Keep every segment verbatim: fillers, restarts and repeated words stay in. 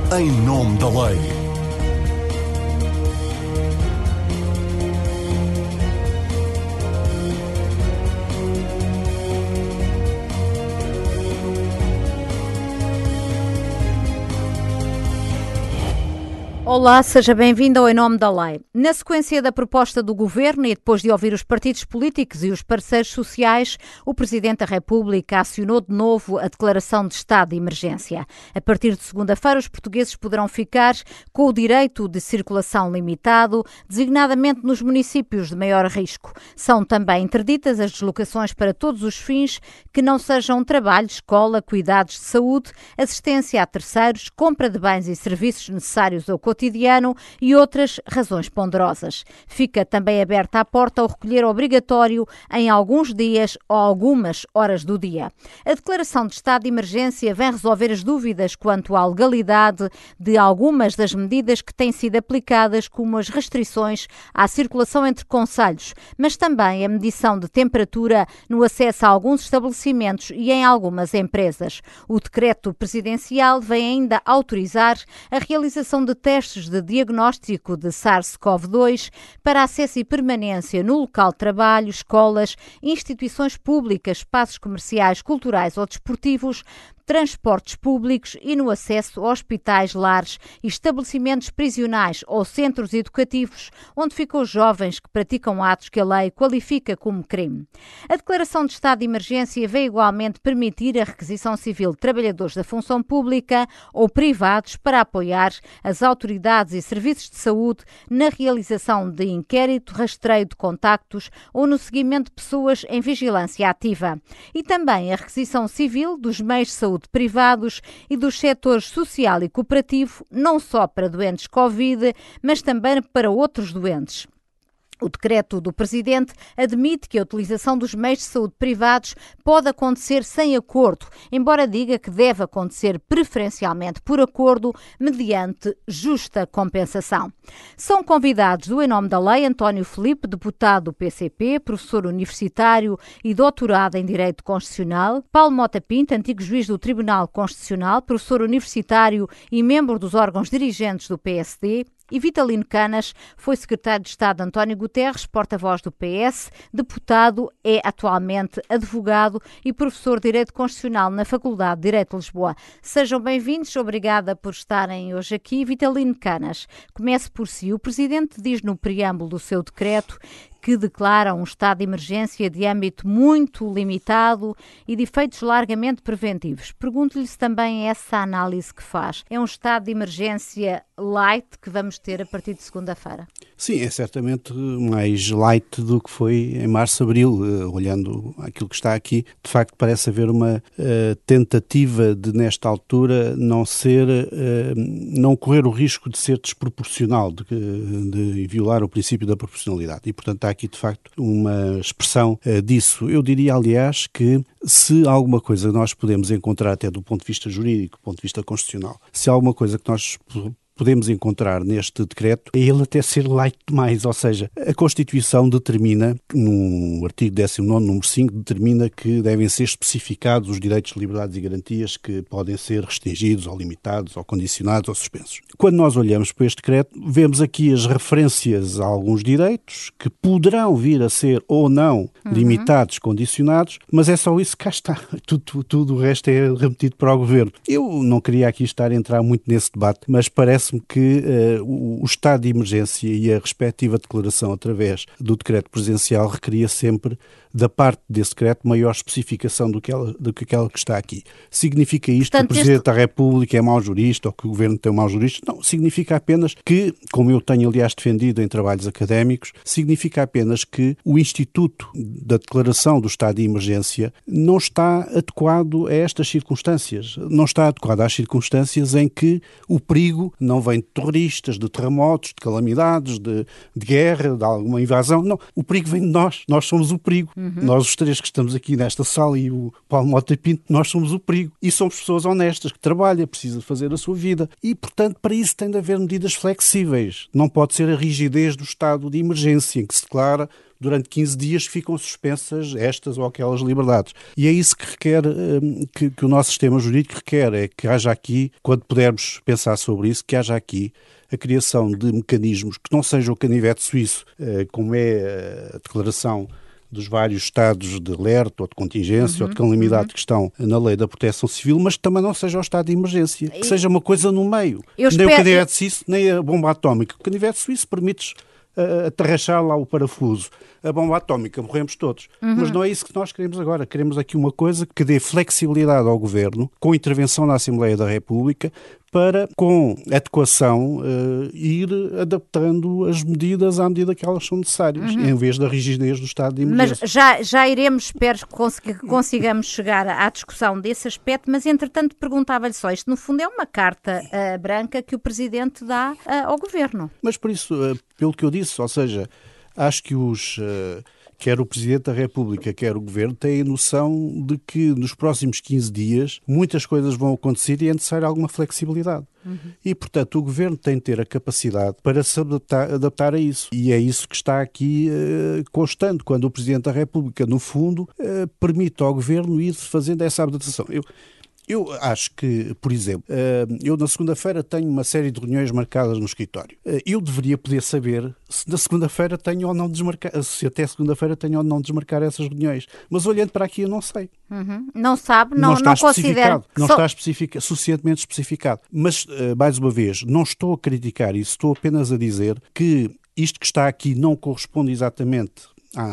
Em nome da lei. Olá, seja bem-vindo ao Em Nome da Lei. Na sequência da proposta do Governo e depois de ouvir os partidos políticos e os parceiros sociais, o Presidente da República acionou de novo a declaração de estado de emergência. A partir de segunda-feira, os portugueses poderão ficar com o direito de circulação limitado, designadamente nos municípios de maior risco. São também interditas as deslocações para todos os fins que não sejam trabalho, escola, cuidados de saúde, assistência a terceiros, compra de bens e serviços necessários ao cotidiano e outras razões ponderosas. Fica também aberta a porta ao recolher obrigatório em alguns dias ou algumas horas do dia. A declaração de estado de emergência vem resolver as dúvidas quanto à legalidade de algumas das medidas que têm sido aplicadas, como as restrições à circulação entre concelhos, mas também a medição de temperatura no acesso a alguns estabelecimentos e em algumas empresas. O decreto presidencial vem ainda autorizar a realização de testes de diagnóstico de SARS-CoV dois para acesso e permanência no local de trabalho, escolas, instituições públicas, espaços comerciais, culturais ou desportivos, transportes públicos e no acesso a hospitais, lares e estabelecimentos prisionais ou centros educativos onde ficam os jovens que praticam atos que a lei qualifica como crime. A declaração de estado de emergência vai igualmente permitir a requisição civil de trabalhadores da função pública ou privados para apoiar as autoridades e serviços de saúde na realização de inquérito, rastreio de contactos ou no seguimento de pessoas em vigilância ativa. E também a requisição civil dos meios de saúde privados e dos setores social e cooperativo, não só para doentes Covid, mas também para outros doentes. O decreto do Presidente admite que a utilização dos meios de saúde privados pode acontecer sem acordo, embora diga que deve acontecer preferencialmente por acordo, mediante justa compensação. São convidados do Em Nome da Lei António Filipe, deputado do P C P, professor universitário e doutorado em Direito Constitucional, Paulo Mota Pinto, antigo juiz do Tribunal Constitucional, professor universitário e membro dos órgãos dirigentes do P S D, e Vitalino Canas foi secretário de Estado de António Guterres, porta-voz do P S, deputado, é atualmente advogado e professor de Direito Constitucional na Faculdade de Direito de Lisboa. Sejam bem-vindos, obrigada por estarem hoje aqui. Vitalino Canas, comece por si. O Presidente diz no preâmbulo do seu decreto que declara um estado de emergência de âmbito muito limitado e de efeitos largamente preventivos. Pergunto-lhe se também essa análise que faz é um estado de emergência light que vamos ter a partir de segunda-feira. Sim, é certamente mais light do que foi em março, abril. Uh, olhando aquilo que está aqui, de facto parece haver uma uh, tentativa de, nesta altura, não ser, uh, não correr o risco de ser desproporcional, de, de violar o princípio da proporcionalidade. E, portanto, há aqui, de facto, uma expressão uh, disso. Eu diria, aliás, que se alguma coisa nós podemos encontrar, até do ponto de vista jurídico, do ponto de vista constitucional, se há alguma coisa que nós podemos encontrar neste decreto, é ele até ser light demais, ou seja, a Constituição determina, no artigo décimo nono, número cinco, determina que devem ser especificados os direitos, liberdades e garantias que podem ser restringidos, ou limitados, ou condicionados, ou suspensos. Quando nós olhamos para este decreto, vemos aqui as referências a alguns direitos que poderão vir a ser ou não uhum. limitados, condicionados, mas é só isso que cá está. Tudo, tudo, tudo o resto é remetido para o Governo. Eu não queria aqui estar a entrar muito nesse debate, mas parece Parece-me que uh, o, o estado de emergência e a respectiva declaração através do decreto presidencial requeria sempre, da parte desse decreto, maior especificação do que, ela, do que aquela que está aqui. Significa isto Portanto, que o Presidente este... da República é mau jurista ou que o Governo tem um mau jurista? Não, significa apenas que, como eu tenho aliás defendido em trabalhos académicos, significa apenas que o Instituto da Declaração do Estado de Emergência não está adequado a estas circunstâncias. Não está adequado às circunstâncias em que o perigo não vem de terroristas, de terremotos, de calamidades, de, de guerra, de alguma invasão. Não, o perigo vem de nós. Nós somos o perigo. Uhum. Nós os três que estamos aqui nesta sala e o Paulo Mota Pinto, nós somos o perigo. E somos pessoas honestas, que trabalham, precisam fazer a sua vida. E, portanto, para isso tem de haver medidas flexíveis. Não pode ser a rigidez do estado de emergência, em que se declara durante quinze dias ficam suspensas estas ou aquelas liberdades. E é isso que requer, que, que o nosso sistema jurídico requer, é que haja aqui, quando pudermos pensar sobre isso, que haja aqui a criação de mecanismos que não sejam o canivete suíço, como é a declaração dos vários estados de alerta ou de contingência uhum, ou de calamidade uhum. que estão na lei da proteção civil, mas que também não seja o estado de emergência, que seja uma coisa no meio. Eu nem espero... o canivete suíço, nem a bomba atómica. O canivete suíço permite uh, atarrachar lá o parafuso. A bomba atómica, morremos todos. Uhum. Mas não é isso que nós queremos agora. Queremos aqui uma coisa que dê flexibilidade ao Governo, com intervenção na Assembleia da República, para, com adequação, uh, ir adaptando as medidas à medida que elas são necessárias, uhum. em vez da rigidez do estado de emergência. Mas já, já iremos, espero que consigamos chegar à discussão desse aspecto, mas entretanto perguntava-lhe só, isto no fundo é uma carta uh, branca que o Presidente dá uh, ao Governo. Mas por isso, uh, pelo que eu disse, ou seja, acho que os... Uh, quer o Presidente da República, quer o Governo, têm a noção de que nos próximos quinze dias muitas coisas vão acontecer e é necessária alguma flexibilidade. Uhum. E, portanto, o Governo tem de ter a capacidade para se adaptar, adaptar a isso. E é isso que está aqui uh, constante, quando o Presidente da República, no fundo, uh, permite ao Governo ir fazendo essa adaptação. Eu, Eu acho que, por exemplo, eu na segunda-feira tenho uma série de reuniões marcadas no escritório. Eu deveria poder saber se na segunda-feira tenho ou não desmarcar, se até segunda-feira tenho ou não desmarcar essas reuniões. Mas olhando para aqui eu não sei. Uhum. Não sabe, não, não, está não considera. Não só... está especifica, suficientemente especificado. Mas, mais uma vez, não estou a criticar isso, estou apenas a dizer que isto que está aqui não corresponde exatamente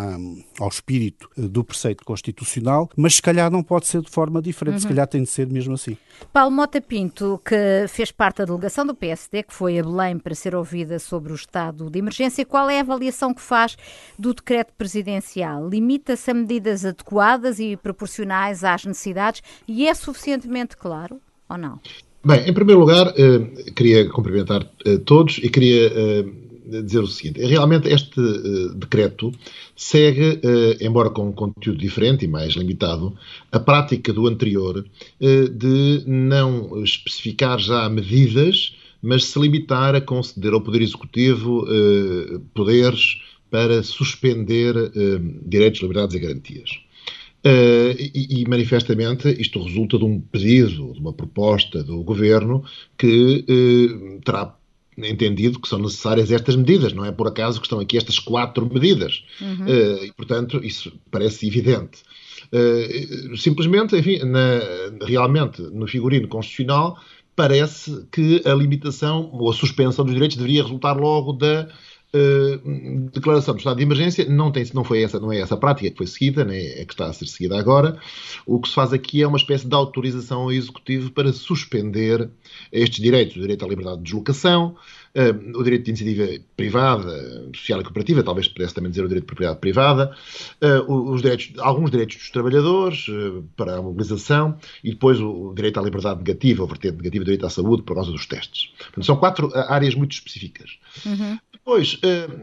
ao espírito do preceito constitucional, mas se calhar não pode ser de forma diferente, uhum. se calhar tem de ser mesmo assim. Paulo Mota Pinto, que fez parte da delegação do P S D, que foi a Belém para ser ouvida sobre o estado de emergência, qual é a avaliação que faz do decreto presidencial? Limita-se a medidas adequadas e proporcionais às necessidades e é suficientemente claro ou não? Bem, em primeiro lugar, eh, queria cumprimentar eh, todos e queria eh, dizer o seguinte. Realmente este uh, decreto segue, uh, embora com um conteúdo diferente e mais limitado, a prática do anterior uh, de não especificar já medidas, mas se limitar a conceder ao Poder Executivo uh, poderes para suspender uh, direitos, liberdades e garantias. Uh, e, e, manifestamente, isto resulta de um pedido, de uma proposta do Governo que uh, terá entendido que são necessárias estas medidas. Não é por acaso que estão aqui estas quatro medidas. Uhum. Uh, e, portanto, isso parece evidente. Uh, simplesmente, enfim, na, realmente, no figurino constitucional, parece que a limitação ou a suspensão dos direitos deveria resultar logo da Uh, declaração do estado de emergência. Não, tem, não, foi essa, não é essa a prática que foi seguida, nem é que está a ser seguida agora. O que se faz aqui é uma espécie de autorização ao Executivo para suspender estes direitos, o direito à liberdade de deslocação, uh, o direito de iniciativa privada, social e cooperativa, talvez pudesse também dizer o direito de propriedade privada, uh, os direitos, alguns direitos dos trabalhadores uh, para a mobilização e depois o direito à liberdade negativa, o vertente negativa, o direito à saúde por causa dos testes. Portanto, são quatro áreas muito específicas. Uhum. Depois,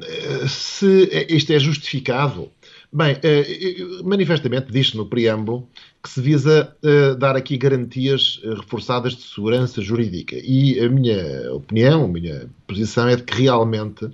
se isto é justificado, bem, manifestamente diz-se no preâmbulo que se visa dar aqui garantias reforçadas de segurança jurídica. E a minha opinião, a minha posição é de que realmente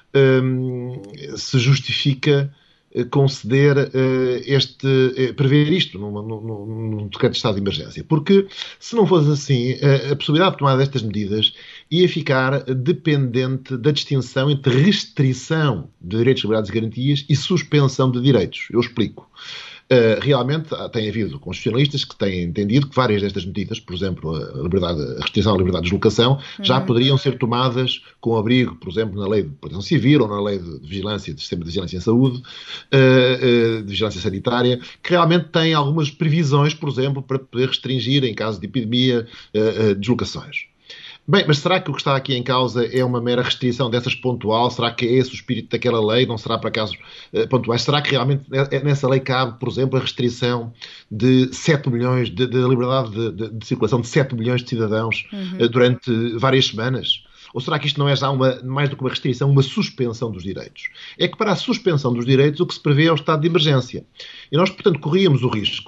se justifica conceder este, prever isto num, num, num decreto de estado de emergência. Porque, se não fosse assim, a possibilidade de tomar destas medidas ia ficar dependente da distinção entre restrição de direitos, liberdades e garantias e suspensão de direitos. Eu explico. Uh, realmente tem havido constitucionalistas que têm entendido que várias destas medidas, por exemplo, a, liberdade, a restrição à liberdade de deslocação, uhum. já poderiam ser tomadas com abrigo, por exemplo, na lei de proteção civil ou na lei de vigilância, de sistema de vigilância em saúde, uh, uh, de vigilância sanitária, que realmente têm algumas previsões, por exemplo, para poder restringir, em caso de epidemia, uh, uh, deslocações. Bem, mas será que o que está aqui em causa é uma mera restrição dessas pontual? Será que é esse o espírito daquela lei? Não será para casos uh, pontuais? Será que realmente nessa lei cabe, por exemplo, a restrição de sete milhões, de, de liberdade de, de, de circulação de sete milhões de cidadãos uhum. uh, durante várias semanas? Ou será que isto não é já uma, mais do que uma restrição, uma suspensão dos direitos? É que para a suspensão dos direitos o que se prevê é o estado de emergência. E nós, portanto, corríamos o risco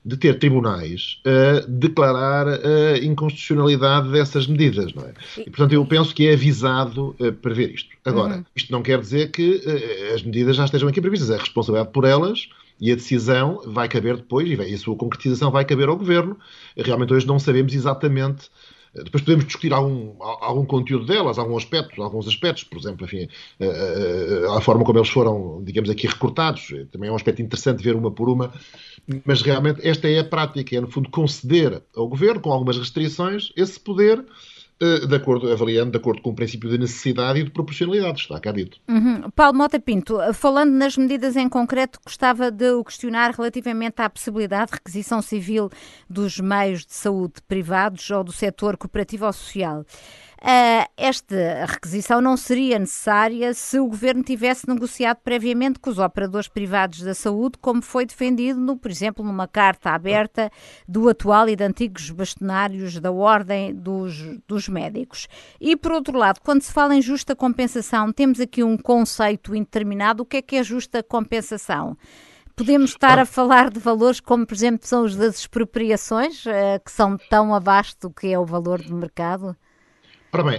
de ter tribunais a declarar a inconstitucionalidade dessas medidas, não é? E, portanto, eu penso que é avisado uh, prever isto. Agora, uhum. isto não quer dizer que uh, as medidas já estejam aqui previstas. A responsabilidade por elas e a decisão vai caber depois, e a sua concretização vai caber ao Governo. Realmente hoje não sabemos exatamente. Depois podemos discutir algum, algum conteúdo delas, algum aspecto, alguns aspectos, por exemplo, enfim, a, a, a forma como eles foram, digamos aqui, recortados. Também é um aspecto interessante ver uma por uma, mas realmente esta é a prática, é no fundo conceder ao Governo, com algumas restrições, esse poder, de acordo, avaliando de acordo com o princípio de necessidade e de proporcionalidade, está cá dito. Uhum. Paulo Mota Pinto, falando nas medidas em concreto, gostava de o questionar relativamente à possibilidade de requisição civil dos meios de saúde privados ou do setor cooperativo ou social. Uh, esta requisição não seria necessária se o Governo tivesse negociado previamente com os operadores privados da saúde, como foi defendido, no, por exemplo, numa carta aberta do atual e de antigos bastonários da Ordem dos, dos Médicos. E, por outro lado, quando se fala em justa compensação, temos aqui um conceito indeterminado. O que é que é justa compensação? Podemos estar a falar de valores como, por exemplo, são os das expropriações, uh, que são tão abaixo do que é o valor do mercado? Ora bem,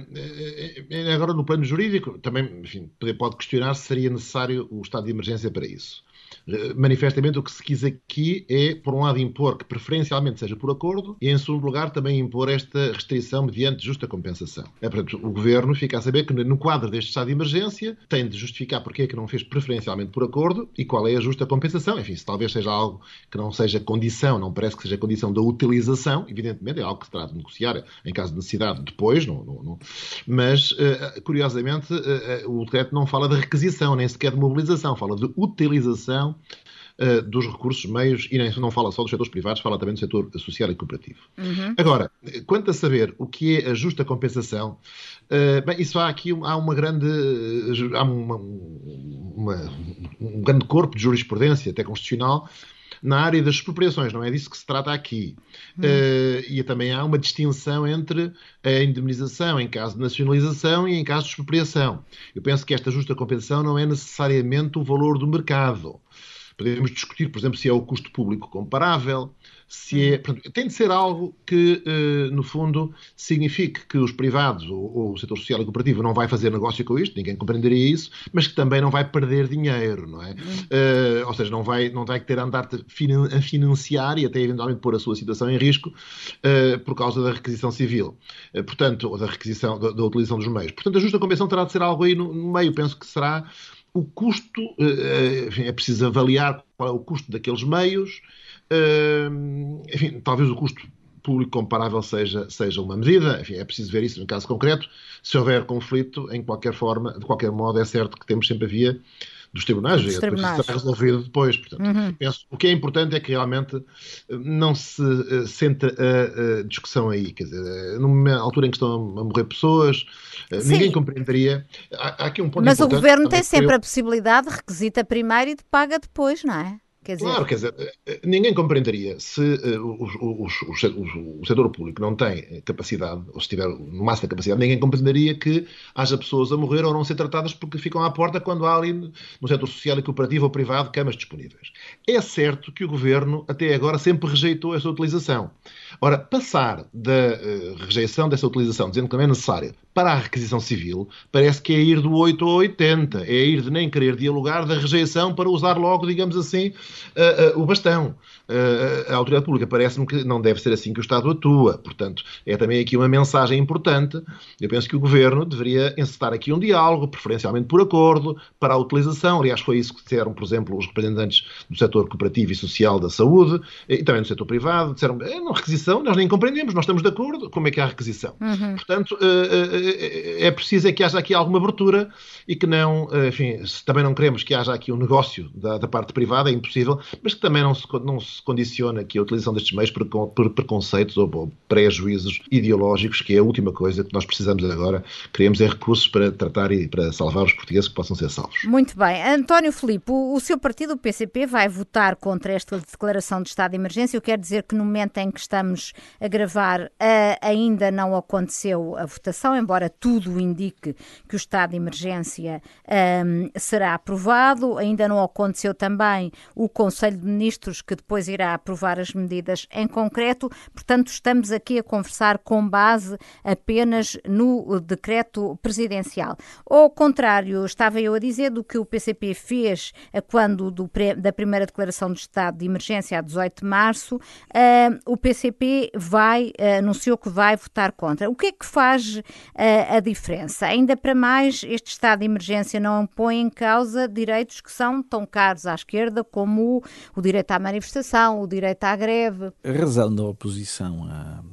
agora no plano jurídico, também, enfim, pode questionar se seria necessário o estado de emergência para isso. Manifestamente o que se quis aqui é, por um lado, impor que preferencialmente seja por acordo e, em segundo lugar, também impor esta restrição mediante justa compensação. É, portanto, o Governo fica a saber que no quadro deste estado de emergência tem de justificar porque é que não fez preferencialmente por acordo e qual é a justa compensação. Enfim, se talvez seja algo que não seja condição, não parece que seja condição da utilização, evidentemente é algo que se terá de negociar em caso de necessidade depois, não, não, não. Mas, curiosamente, o decreto não fala de requisição, nem sequer de mobilização, fala de utilização uh, dos recursos, meios, e nem, não fala só dos setores privados, fala também do setor social e cooperativo. Uhum. Agora, quanto a saber o que é a justa compensação, uh, bem, isso há aqui há uma grande, há uma, uma, um grande corpo de jurisprudência, até constitucional, na área das expropriações, não é disso que se trata aqui. Hum. Uh, e também há uma distinção entre a indemnização em caso de nacionalização e em caso de expropriação. Eu penso que esta justa compensação não é necessariamente o valor do mercado. Podemos discutir, por exemplo, se é o custo público comparável, se é... Portanto, tem de ser algo que, no fundo, signifique que os privados ou, ou o setor social e cooperativo não vai fazer negócio com isto, ninguém compreenderia isso, mas que também não vai perder dinheiro, não é? Uh, ou seja, não vai, não vai ter a andar a financiar e até eventualmente pôr a sua situação em risco uh, por causa da requisição civil, uh, portanto, ou da requisição, da, da utilização dos meios. Portanto, a justa compensação terá de ser algo aí no, no meio, penso que será o custo, enfim, é preciso avaliar qual é o custo daqueles meios, enfim, talvez o custo público comparável seja, seja uma medida, enfim, é preciso ver isso no caso concreto. Se houver conflito, em qualquer forma, de qualquer modo, é certo que temos sempre a via dos tribunais, e depois isso será resolvido depois. Portanto, uhum. penso, o que é importante é que realmente não se uh, sente a, a discussão aí, quer dizer, numa altura em que estão a morrer pessoas, uh, ninguém compreenderia. Há, há aqui um ponto Mas importante. Mas o Governo tem sempre eu... a possibilidade de requisita primeiro e de paga depois, não é? Quer dizer... Claro, quer dizer, ninguém compreenderia se uh, os, os, os, os, o setor público não tem capacidade, ou se tiver no máximo da capacidade, ninguém compreenderia que haja pessoas a morrer ou não ser tratadas porque ficam à porta quando há ali no setor social e cooperativo ou privado camas disponíveis. É certo que o Governo até agora sempre rejeitou essa utilização. Ora, passar da uh, rejeição dessa utilização, dizendo que não é necessária, para a requisição civil, parece que é ir do oito ao oitenta, é ir de nem querer dialogar da rejeição para usar logo, digamos assim, Uh, uh, o bastão. Uh, a autoridade pública parece-me que não deve ser assim que o Estado atua. Portanto, é também aqui uma mensagem importante. Eu penso que o Governo deveria encetar aqui um diálogo, preferencialmente por acordo, para a utilização. Aliás, foi isso que disseram, por exemplo, os representantes do setor cooperativo e social da saúde e também do setor privado. Disseram, é, não, requisição, nós nem compreendemos, nós estamos de acordo, como é que há requisição? Uhum. Portanto, uh, uh, é preciso é que haja aqui alguma abertura e que não, uh, enfim, se também não queremos que haja aqui um negócio da, da parte privada, é impossível, mas que também não se, não se condiciona aqui a utilização destes meios por, por preconceitos ou, ou pré-juízos ideológicos, que é a última coisa que nós precisamos agora. Queremos é recursos para tratar e para salvar os portugueses que possam ser salvos. Muito bem. António Filipe, o, o seu partido, o P C P, vai votar contra esta declaração de estado de emergência. Eu quero dizer que no momento em que estamos a gravar uh, ainda não aconteceu a votação, embora tudo indique que o estado de emergência um, será aprovado. Ainda não aconteceu também o Conselho de Ministros, que depois irá aprovar as medidas em concreto. Portanto, estamos aqui a conversar com base apenas no decreto presidencial. Ao contrário, estava eu a dizer do que o P C P fez quando do, da primeira declaração de estado de emergência a dezoito de março, uh, o P C P vai, uh, anunciou que vai votar contra. O que é que faz uh, a diferença? Ainda para mais, este estado de emergência não põe em causa direitos que são tão caros à esquerda como o, o direito à manifestação, o direito à greve. A razão da oposição à,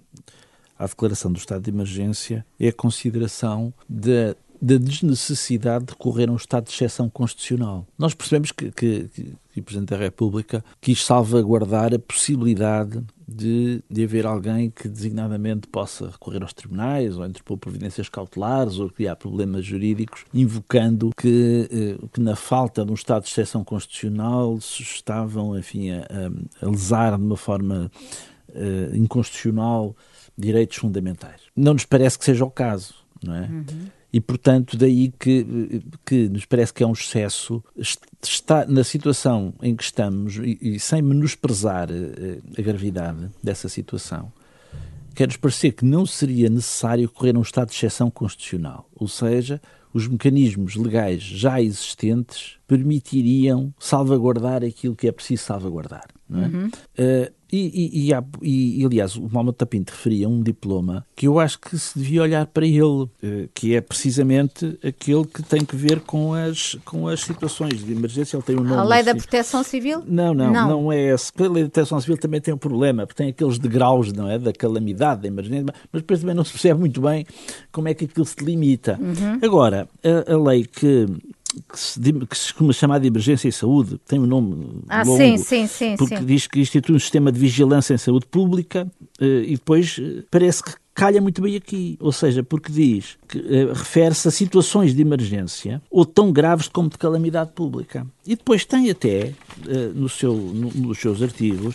à declaração do estado de emergência é a consideração de da desnecessidade de recorrer a um estado de exceção constitucional. Nós percebemos que, que, que o Presidente da República quis salvaguardar a possibilidade de, de haver alguém que designadamente possa recorrer aos tribunais ou interpor providências cautelares ou criar problemas jurídicos, invocando que, que na falta de um estado de exceção constitucional se estavam, enfim, a, a lesar de uma forma uh, inconstitucional direitos fundamentais. Não nos parece que seja o caso, não é? Uhum. E, portanto, daí que, que nos parece que é um excesso, está na situação em que estamos, e, e sem menosprezar a, a gravidade dessa situação, quer-nos parecer que não seria necessário correr a um estado de exceção constitucional, ou seja, os mecanismos legais já existentes permitiriam salvaguardar aquilo que é preciso salvaguardar, não é? Uhum. Uh, E, e, e, e, aliás, o Manuel Tapinto referia a um diploma que eu acho que se devia olhar para ele, que é precisamente aquele que tem que ver com as, com as situações de emergência. Ele tem um nome a Lei assim. da Proteção Civil? Não, não, não, não é esse. A Lei da Proteção Civil também tem um problema, porque tem aqueles degraus, não é, da calamidade, da emergência, mas depois também não se percebe muito bem como é que aquilo se delimita. Uhum. Agora, a, a lei que... Que se, que se costuma chamar de emergência em saúde, tem um nome ah, longo, sim, sim, sim, porque sim. diz que institui um sistema de vigilância em saúde pública e depois parece que calha muito bem aqui, ou seja, porque diz que uh, refere-se a situações de emergência ou tão graves como de calamidade pública. E depois tem até, uh, no seu, no, nos seus artigos,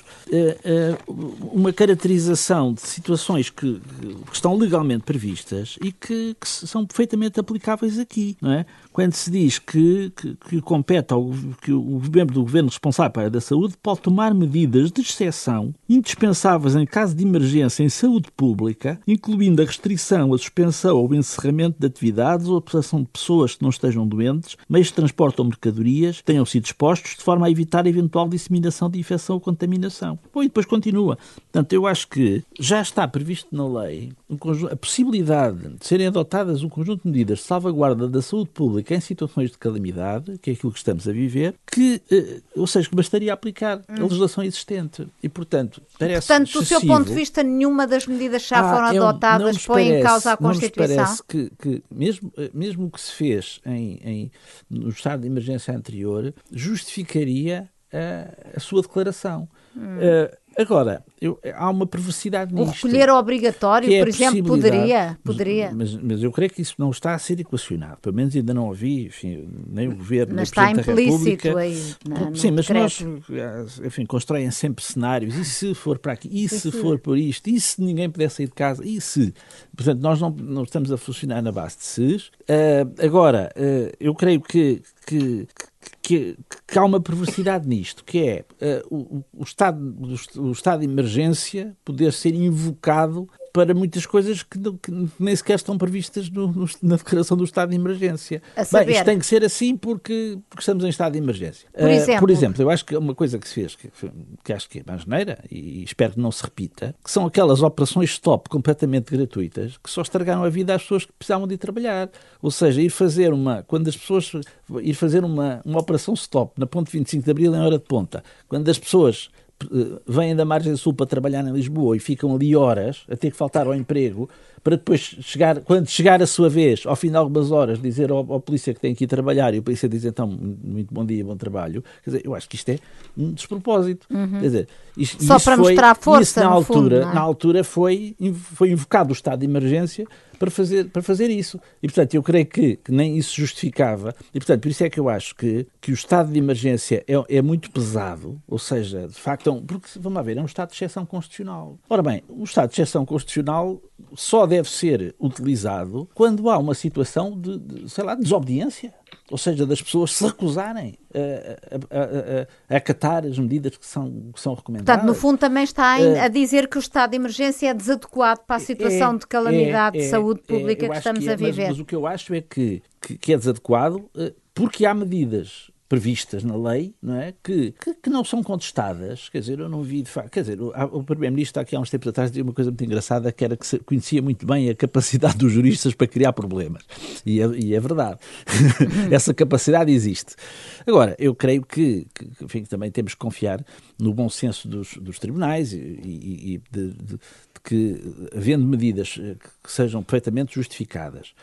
uh, uh, uma caracterização de situações que, que estão legalmente previstas e que, que são perfeitamente aplicáveis aqui, não é? Quando se diz que, que, que compete ao que o membro do governo responsável para a área da saúde pode tomar medidas de exceção indispensáveis em caso de emergência em saúde pública, incluindo a restrição, a suspensão ou o encerramento de atividades ou a operação de pessoas que não estejam doentes, meios de transporte ou mercadorias tenham sido expostos de forma a evitar a eventual disseminação de infecção ou contaminação. Bom, e depois continua. Portanto, eu acho que já está previsto na lei um conjunto, a possibilidade de serem adotadas um conjunto de medidas de salvaguarda da saúde pública em situações de calamidade, que é aquilo que estamos a viver, que, eh, ou seja, que bastaria aplicar hum. a legislação existente. E, portanto, parece Portanto, do excessivo. seu ponto de vista, nenhuma das medidas já ah, foram adotadas põe em causa a Constituição? Não nos parece que, que mesmo, mesmo o que se fez em, em, no estado de emergência anterior justificaria a, a sua declaração. Hum. Uh, Agora, eu, há uma perversidade nisto. O recolher obrigatório, é por exemplo, poderia? poderia. Mas, mas, mas eu creio que isso não está a ser equacionado. Pelo menos ainda não ouvi, enfim, nem o Governo, mas nem o Presidente da República. Mas está implícito aí. Na, sim, mas decreto. nós, enfim, constroem sempre cenários. E se for para aqui? E se for por isto? E se ninguém puder sair de casa? E se? Portanto, nós não, não estamos a funcionar na base de ses. Uh, agora, uh, eu creio que... que Que, que há uma perversidade nisto, que é uh, o, o, estado, o, o estado de emergência poder ser invocado para muitas coisas que, não, que nem sequer estão previstas no, no, na declaração do estado de emergência. A saber... Bem, isto tem que ser assim porque, porque estamos em estado de emergência. Por exemplo? Uh, por exemplo, eu acho que uma coisa que se fez, que, que acho que é mais geneira, e espero que não se repita, que são aquelas operações stop completamente gratuitas que só estragaram a vida às pessoas que precisavam de ir trabalhar. Ou seja, ir fazer uma... Quando as pessoas... Ir fazer uma, uma operação stop na ponte vinte e cinco de Abril em hora de ponta, quando as pessoas vêm da margem sul para trabalhar em Lisboa e ficam ali horas a ter que faltar ao emprego para depois chegar, quando chegar a sua vez, ao fim de algumas horas, dizer ao, ao polícia que tem que ir trabalhar e o polícia diz então muito bom dia, bom trabalho. Quer dizer, eu acho que isto é um despropósito. Uhum. Quer dizer, isto, só isso para foi, mostrar força, isso na altura, fundo, é? na altura foi, foi invocado o estado de emergência para fazer, para fazer isso. E, portanto, eu creio que, que nem isso justificava. E, portanto, por isso é que eu acho que, que o estado de emergência é, é muito pesado, ou seja, de facto, é um, porque, vamos lá ver, é um estado de exceção constitucional. Ora bem, o estado de exceção constitucional só deve ser utilizado quando há uma situação de, de sei lá, de desobediência. Ou seja, das pessoas se recusarem a, a, a, a acatar as medidas que são, que são recomendadas. Portanto, no fundo também está em, a dizer que o estado de emergência é desadequado para a situação é, de calamidade é, é, de saúde pública é, que estamos que é, a viver. Mas, mas o que eu acho é que, que, que é desadequado porque há medidas previstas na lei, não é? Que, que, que não são contestadas. Quer dizer, eu não vi de facto. Quer dizer, o, o Primeiro-Ministro aqui há uns tempos atrás dizia uma coisa muito engraçada, que era que se, conhecia muito bem a capacidade dos juristas para criar problemas. E é, e é verdade. Essa capacidade existe. Agora, eu creio que, que enfim, também temos que confiar no bom senso dos, dos tribunais e, e, e de, de, de que, havendo medidas que sejam perfeitamente justificadas,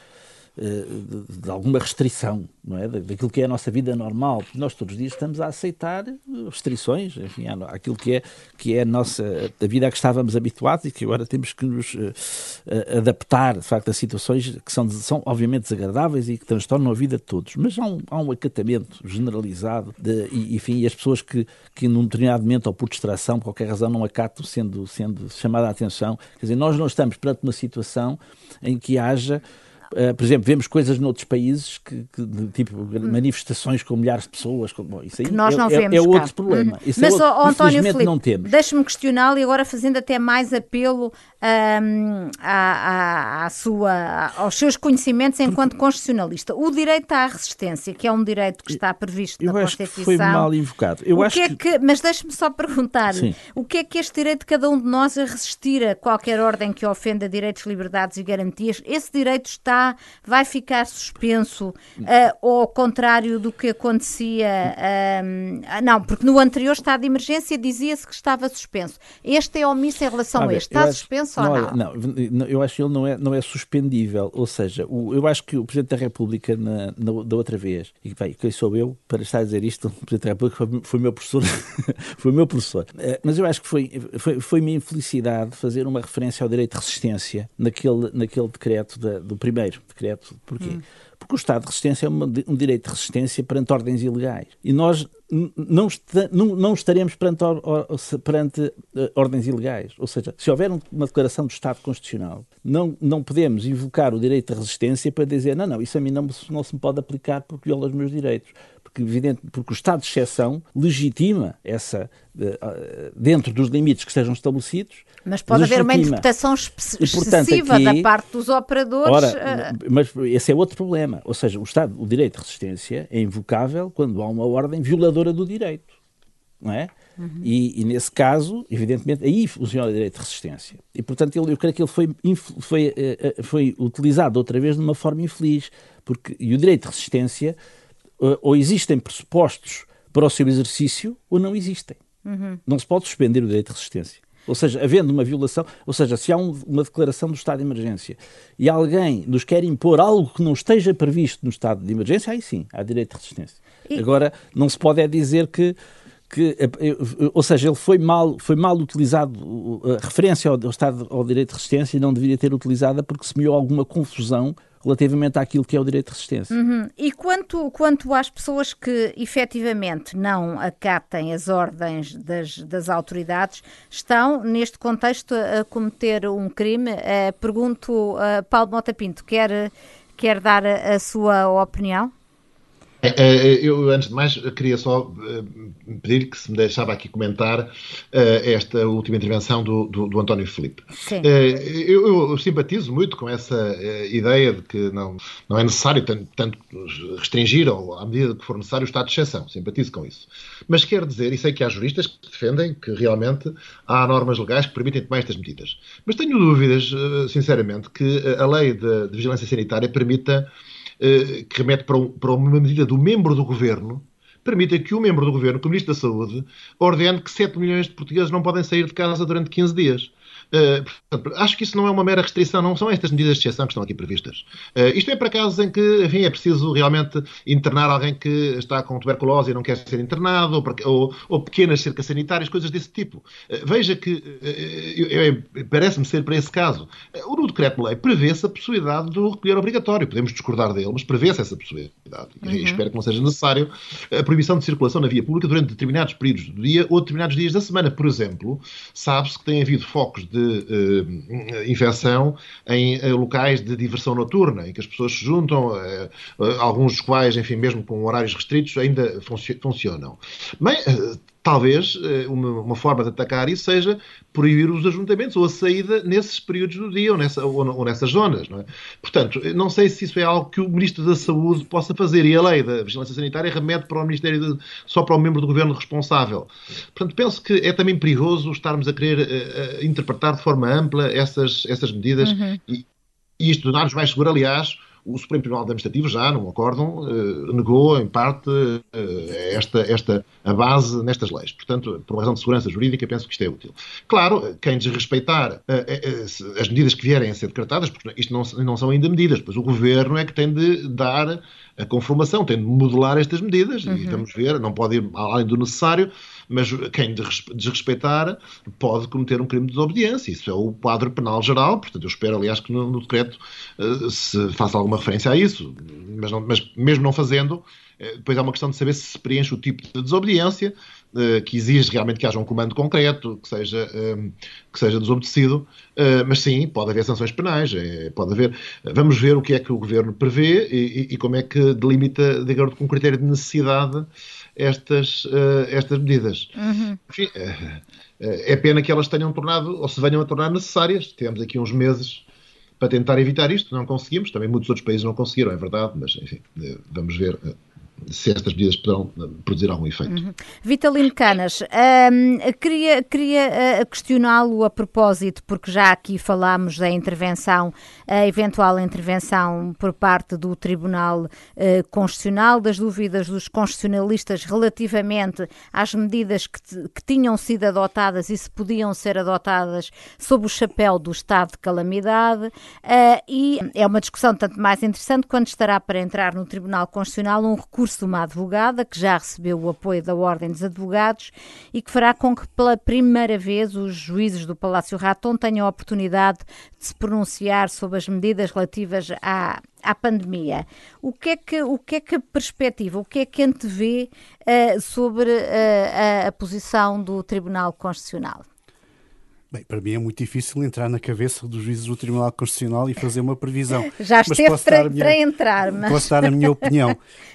De, de alguma restrição, não é? Daquilo que é a nossa vida normal. Nós todos os dias estamos a aceitar restrições, enfim, aquilo que é, que é a nossa a vida a que estávamos habituados e que agora temos que nos uh, adaptar, de facto, a situações que são, são obviamente desagradáveis e que transtornam a vida de todos. Mas há um, há um acatamento generalizado de, e, enfim, e as pessoas que, que num determinado momento ou por distração, por qualquer razão, não acatam sendo, sendo chamada a atenção. Quer dizer, nós não estamos perante uma situação em que haja Uh, por exemplo, vemos coisas noutros países que, que de, tipo manifestações com milhares de pessoas, com, bom, isso aí que nós não é, vemos é, é outro cá. problema. Uhum. Isso Mas, é outro, oh, António Filipe, não temos. Deixe-me questioná-lo e agora fazendo até mais apelo um, à, à, à sua, aos seus conhecimentos enquanto constitucionalista. O direito à resistência, que é um direito que está previsto eu na acho Constituição. Que foi mal invocado. Eu o acho que é que... que, mas deixe-me só perguntar-lhe, Sim. o que é que este direito de cada um de nós a resistir a qualquer ordem que ofenda direitos, liberdades e garantias, esse direito está, vai ficar suspenso? Uh, ou ao contrário do que acontecia, uh, não, porque no anterior estado de emergência dizia-se que estava suspenso. Este é omisso em relação ah, a este. Está acho, suspenso não, ou não? Não, eu acho que ele não é, não é suspendível, ou seja, o, eu acho que o Presidente da República na, na, da outra vez, e bem, quem sou eu para estar a dizer isto, o Presidente da República foi, foi meu professor, foi meu professor, uh, mas eu acho que foi, foi, foi minha infelicidade fazer uma referência ao direito de resistência naquele, naquele decreto da, do primeiro decreto. Porquê? Hum. Porque o estado de resistência é uma, um direito de resistência perante ordens ilegais. E nós não, esta, não, não estaremos perante, or, or, perante uh, ordens ilegais. Ou seja, se houver uma declaração do Estado Constitucional, não, não podemos invocar o direito de resistência para dizer não, não, isso a mim não, não se me pode aplicar porque viola os meus direitos. Porque, evidente, porque o estado de exceção legitima essa, uh, dentro dos limites que estejam estabelecidos. Mas pode legitima. haver uma interpretação excessiva aqui, da parte dos operadores. Ora, uh... mas esse é outro problema. Ou seja, o, estado, o direito de resistência é invocável quando há uma ordem violadora do direito. Não é? Uhum. E, e, nesse caso, evidentemente, aí funciona o direito de resistência. E, portanto, ele, eu creio que ele foi, foi, foi utilizado outra vez de uma forma infeliz. Porque, e o direito de resistência, ou existem pressupostos para o seu exercício, ou não existem. Uhum. Não se pode suspender o direito de resistência. Ou seja, havendo uma violação, ou seja, se há um, uma declaração do estado de emergência e alguém nos quer impor algo que não esteja previsto no estado de emergência, aí sim, há direito de resistência. E... Agora, não se pode é dizer que, que ou seja, ele foi mal, foi mal utilizado, a referência ao, ao estado ao direito de resistência e não deveria ter utilizada porque semeou alguma confusão relativamente àquilo que é o direito de resistência. Uhum. E quanto, quanto às pessoas que efetivamente não acatem as ordens das, das autoridades, estão neste contexto a cometer um crime? Uh, pergunto, uh, Paulo Mota Pinto, quer, quer dar a, a sua opinião? Eu, antes de mais, queria só pedir que se me deixava aqui comentar esta última intervenção do, do, do António Filipe. Sim. Eu, eu simpatizo muito com essa ideia de que não, não é necessário tanto, tanto restringir, ou à medida que for necessário, o estado de exceção. Simpatizo com isso. Mas quero dizer, e sei que há juristas que defendem que realmente há normas legais que permitem tomar estas medidas. Mas tenho dúvidas, sinceramente, que a lei de, de vigilância sanitária permita que remete para, um, para uma medida do membro do governo, permita que o membro do governo, que o Ministro da Saúde, ordene que sete milhões de portugueses não podem sair de casa durante quinze dias. Uh, portanto, acho que isso não é uma mera restrição, não são estas medidas de exceção que estão aqui previstas. Uh, isto é para casos em que, enfim, é preciso realmente internar alguém que está com tuberculose e não quer ser internado, ou, ou, ou pequenas cercas sanitárias, coisas desse tipo. Uh, veja que, uh, parece-me ser para esse caso, uh, o decreto-lei prevê-se a possibilidade do recolher obrigatório. Podemos discordar dele, mas prevê-se essa possibilidade. Uhum. E espero que não seja necessário a proibição de circulação na via pública durante determinados períodos do dia ou determinados dias da semana. Por exemplo, sabe-se que tem havido focos de uh, infecção em uh, locais de diversão noturna, em que as pessoas se juntam, uh, uh, alguns dos quais, enfim, mesmo com horários restritos, ainda funci- funcionam. Bem, uh, talvez uh, uma, uma forma de atacar isso seja proibir os ajuntamentos ou a saída nesses períodos do dia ou, nessa, ou, ou nessas zonas. Não é? Portanto, não sei se isso é algo que o Ministro da Saúde possa fazer, e a lei da Vigilância Sanitária remete para o Ministério de, só para o membro do Governo responsável. Portanto, penso que é também perigoso estarmos a querer uh, uh, interpretar de forma ampla essas, essas medidas, uhum. e, e isto dar-nos mais seguro. Aliás, o Supremo Tribunal Administrativo já, num acórdão, eh, negou, em parte, eh, esta, esta, a base nestas leis. Portanto, por uma razão de segurança jurídica, penso que isto é útil. Claro, quem desrespeitar eh, eh, as medidas que vierem a ser decretadas, porque isto não, não são ainda medidas, pois o Governo é que tem de dar a conformação, tem de modelar estas medidas, uhum. e vamos ver, não pode ir além do necessário, mas quem desrespeitar pode cometer um crime de desobediência. Isso é o quadro penal geral, portanto eu espero, aliás, que no, no decreto uh, se faça alguma referência a isso, mas, não, mas mesmo não fazendo, uh, depois há uma questão de saber se se preenche o tipo de desobediência, uh, que exige realmente que haja um comando concreto, que seja, um, que seja desobedecido, uh, mas sim, pode haver sanções penais, é, pode haver. Vamos ver o que é que o Governo prevê e, e, e como é que delimita, de acordo com o critério de necessidade, estas, uh, estas medidas. Uhum. Enfim, uh, é pena que elas tenham tornado, ou se venham a tornar necessárias. Tivemos aqui uns meses para tentar evitar isto, não conseguimos. Também muitos outros países não conseguiram, é verdade, mas enfim, uh, vamos ver uh, se estas medidas poderão produzir algum efeito. Uhum. Vitalino Canas, um, queria, queria uh, questioná-lo a propósito, porque já aqui falámos da intervenção, a eventual intervenção por parte do Tribunal uh, Constitucional, das dúvidas dos constitucionalistas relativamente às medidas que, que tinham sido adotadas e se podiam ser adotadas sob o chapéu do estado de calamidade, uh, e é uma discussão tanto mais interessante quando estará para entrar no Tribunal Constitucional um recurso de uma advogada que já recebeu o apoio da Ordem dos Advogados e que fará com que pela primeira vez os juízes do Palácio Raton tenham a oportunidade de se pronunciar sobre as medidas relativas à, à pandemia. O que é que, o que é que a perspectiva, o que é que antevê uh, sobre uh, a, a posição do Tribunal Constitucional? Bem, para mim é muito difícil entrar na cabeça dos juízes do Tribunal Constitucional e fazer uma previsão. Já esteve para, minha, para entrar, mas... Posso dar a minha opinião.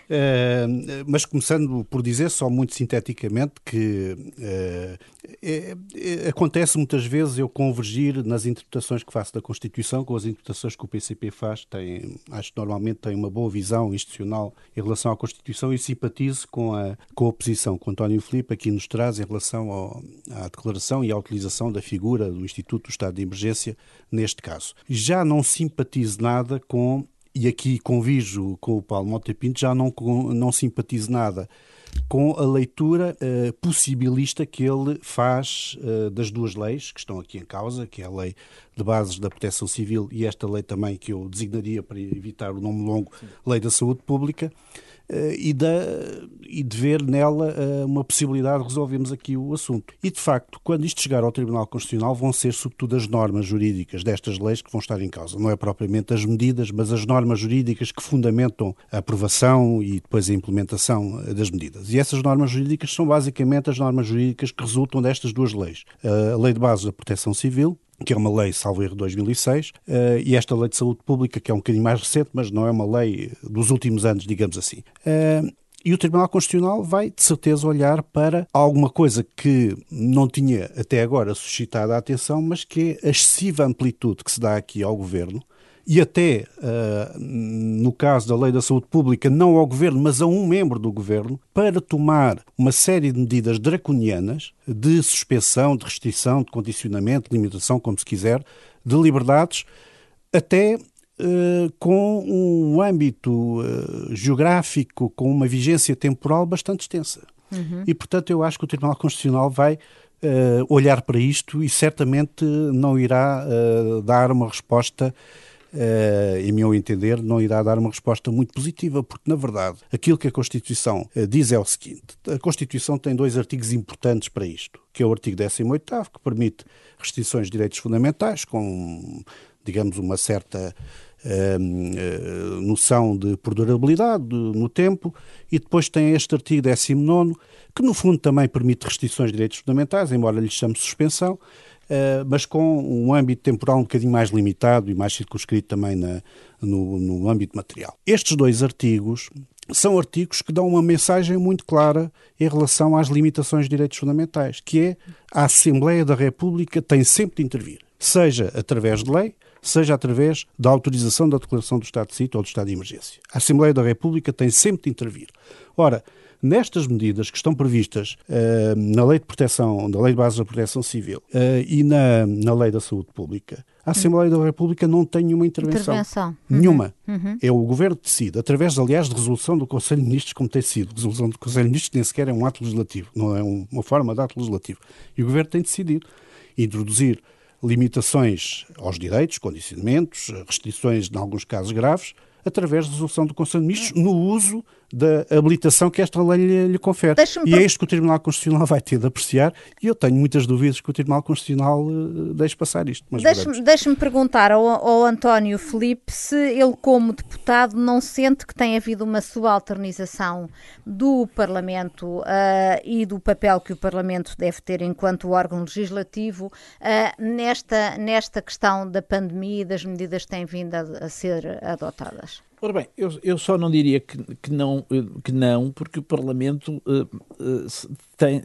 Uh, mas começando por dizer, só muito sinteticamente, que uh, é, é, acontece muitas vezes eu convergir nas interpretações que faço da Constituição com as interpretações que o P C P faz. Tem, acho que normalmente tem uma boa visão institucional em relação à Constituição e simpatizo com a, com a posição que o António Filipe aqui nos traz em relação ao, à declaração e à utilização da figura do Instituto do Estado de Emergência neste caso. Já não simpatizo nada com, e aqui convijo com o Paulo Mota Pinto, já não, não simpatizo nada com a leitura uh, possibilista que ele faz uh, das duas leis que estão aqui em causa, que é a Lei de Bases da Proteção Civil e esta lei também que eu designaria para evitar o nome longo, Lei da Saúde Pública, Uh, e, da, e de ver nela uh, uma possibilidade de resolvermos aqui o assunto. E, de facto, quando isto chegar ao Tribunal Constitucional, vão ser, sobretudo, as normas jurídicas destas leis que vão estar em causa. Não é propriamente as medidas, mas as normas jurídicas que fundamentam a aprovação e depois a implementação das medidas. E essas normas jurídicas são, basicamente, as normas jurídicas que resultam destas duas leis. Uh, a Lei de Bases da Proteção Civil, que é uma lei, salvo erro, de dois mil e seis, uh, e esta Lei de Saúde Pública, que é um bocadinho mais recente, mas não é uma lei dos últimos anos, digamos assim. Uh, e o Tribunal Constitucional vai, de certeza, olhar para alguma coisa que não tinha até agora suscitado a atenção, mas que é a excessiva amplitude que se dá aqui ao Governo, e até, uh, no caso da Lei da Saúde Pública, não ao Governo, mas a um membro do Governo, para tomar uma série de medidas draconianas de suspensão, de restrição, de condicionamento, de limitação, como se quiser, de liberdades, até uh, com um âmbito uh, geográfico, com uma vigência temporal bastante extensa. Uhum. E, portanto, eu acho que o Tribunal Constitucional vai uh, olhar para isto e certamente não irá uh, dar uma resposta Uh, em meu entender, não irá dar uma resposta muito positiva, porque, na verdade, aquilo que a Constituição uh, diz é o seguinte: a Constituição tem dois artigos importantes para isto, que é o artigo décimo oitavo, que permite restrições de direitos fundamentais, com, digamos, uma certa uh, noção de perdurabilidade no tempo, e depois tem este artigo décimo nono, que no fundo também permite restrições de direitos fundamentais, embora lhe chame suspensão, uh, mas com um âmbito temporal um bocadinho mais limitado e mais circunscrito também na, no, no âmbito material. Estes dois artigos são artigos que dão uma mensagem muito clara em relação às limitações de direitos fundamentais, que é a Assembleia da República tem sempre de intervir, seja através de lei, seja através da autorização da declaração do estado de sítio ou do estado de emergência. A Assembleia da República tem sempre de intervir. Ora, nestas medidas que estão previstas uh, na Lei de Proteção, na Lei de Bases da Proteção Civil uh, e na, na Lei da Saúde Pública, a Assembleia da República não tem nenhuma intervenção. Intervenção. Nenhuma. Uhum. É o Governo que decide, através, aliás, de resolução do Conselho de Ministros, como tem sido. A resolução do Conselho de Ministros nem sequer é um ato legislativo, não é um, uma forma de ato legislativo. E o Governo tem decidido introduzir limitações aos direitos, condicionamentos, restrições, em alguns casos graves, através da resolução do Conselho de Ministros, no uso da habilitação que esta lei lhe, lhe confere. Deixa-me E é isto que o Tribunal Constitucional vai ter de apreciar, e eu tenho muitas dúvidas que o Tribunal Constitucional uh, deixe passar isto. Mas Deixa-me, deixa-me perguntar ao, ao António Filipe se ele, como deputado, não sente que tem havido uma subalternização do Parlamento uh, e do papel que o Parlamento deve ter enquanto órgão legislativo uh, nesta, nesta questão da pandemia e das medidas que têm vindo a, a ser adotadas. Ora bem, eu, eu só não diria que, que, não, que não, porque o Parlamento uh, uh, tem,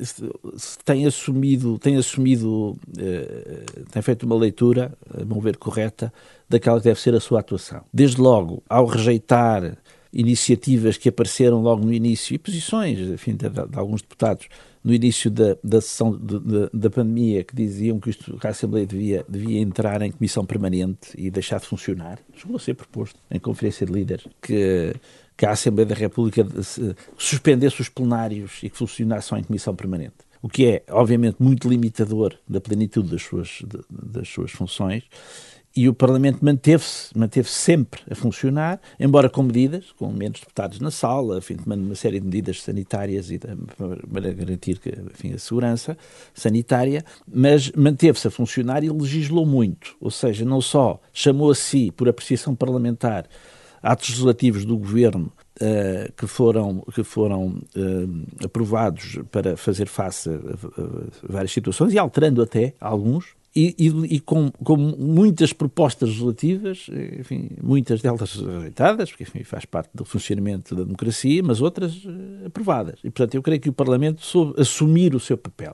tem assumido, tem, assumido uh, tem feito uma leitura, a meu ver, correta, daquela que deve ser a sua atuação. Desde logo, ao rejeitar iniciativas que apareceram logo no início, e posições, enfim, de, de alguns deputados, no início da, da sessão de, de, da pandemia, que diziam que, isto, que a Assembleia devia, devia entrar em comissão permanente e deixar de funcionar. Chegou a ser proposto em Conferência de Líderes que, que a Assembleia da República suspendesse os plenários e que funcionasse só em comissão permanente. O que é, obviamente, muito limitador da plenitude das suas, de, das suas funções. E o Parlamento manteve-se, manteve-se sempre a funcionar, embora com medidas, com menos deputados na sala, enfim, tomando uma série de medidas sanitárias e de, para garantir enfim, a segurança sanitária, mas manteve-se a funcionar e legislou muito. Ou seja, não só chamou a si, por apreciação parlamentar, atos legislativos do Governo uh, que foram, que foram uh, aprovados para fazer face a, a, a várias situações e alterando até alguns, E, e, e com, com muitas propostas legislativas, enfim, muitas delas rejeitadas, porque enfim, faz parte do funcionamento da democracia, mas outras uh, aprovadas. E, portanto, eu creio que o Parlamento soube assumir o seu papel.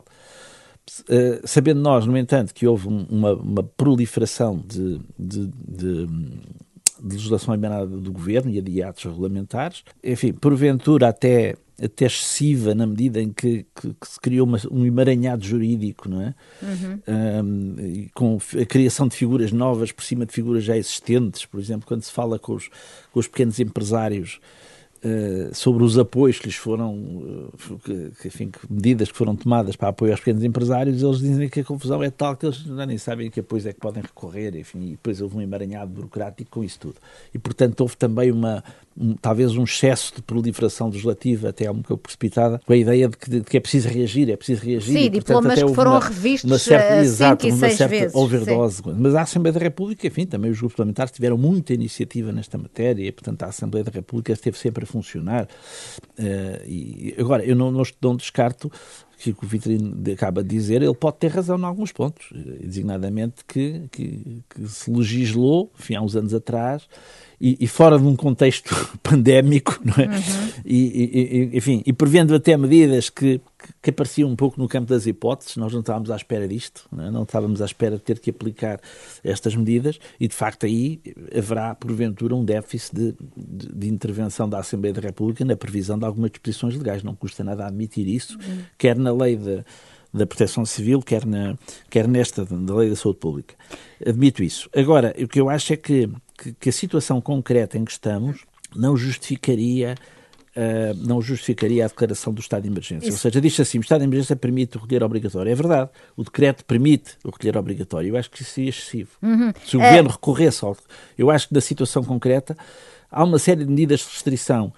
Uh, sabendo nós, no entanto, que houve um, uma, uma proliferação de, de, de, de legislação emanada do Governo e de atos regulamentares, enfim, porventura até... até excessiva na medida em que, que, que se criou uma, um emaranhado jurídico, não é? Uhum. Um, e com a criação de figuras novas por cima de figuras já existentes, por exemplo, quando se fala com os, com os pequenos empresários uh, sobre os apoios que lhes foram, uh, que, que, enfim, que medidas que foram tomadas para apoio aos pequenos empresários, eles dizem que a confusão é tal que eles nem sabem que apoios é que podem recorrer, enfim, e depois houve um emaranhado burocrático com isso tudo. E, portanto, houve também uma Um, talvez um excesso de proliferação legislativa, até um pouco precipitada, com a ideia de que, de que é preciso reagir, é preciso reagir. Sim, e, portanto, diplomas até que foram uma, revistos uma certa, cinco exato, e uma seis certa vezes. overdose. Sim. Mas a Assembleia da República, enfim, também os grupos parlamentares tiveram muita iniciativa nesta matéria, e, portanto, a Assembleia da República esteve sempre a funcionar. Uh, e, agora, eu não, não, não descarto que o que o Vitorino acaba de dizer, ele pode ter razão em alguns pontos, designadamente que, que, que se legislou, enfim, há uns anos atrás, e, e fora de um contexto pandémico, não é? Uhum. E, e, enfim, e prevendo até medidas que, que, que apareciam um pouco no campo das hipóteses. Nós não estávamos à espera disto, não é? Não estávamos à espera de ter que aplicar estas medidas, e de facto aí haverá porventura um déficit de, de, de intervenção da Assembleia da República na previsão de algumas disposições legais. Não custa nada admitir isso, uhum. quer na lei de da Proteção Civil, quer, na, quer nesta da Lei da Saúde Pública. Admito isso. Agora, o que eu acho é que, que, que a situação concreta em que estamos não justificaria, uh, não justificaria a declaração do estado de emergência. Isso. Ou seja, diz assim, o estado de emergência permite o recolher obrigatório. É verdade, o decreto permite o recolher obrigatório. Eu acho que isso seria excessivo. Uhum. Se o é... governo recorresse ao... Eu acho que na situação concreta há uma série de medidas de restrição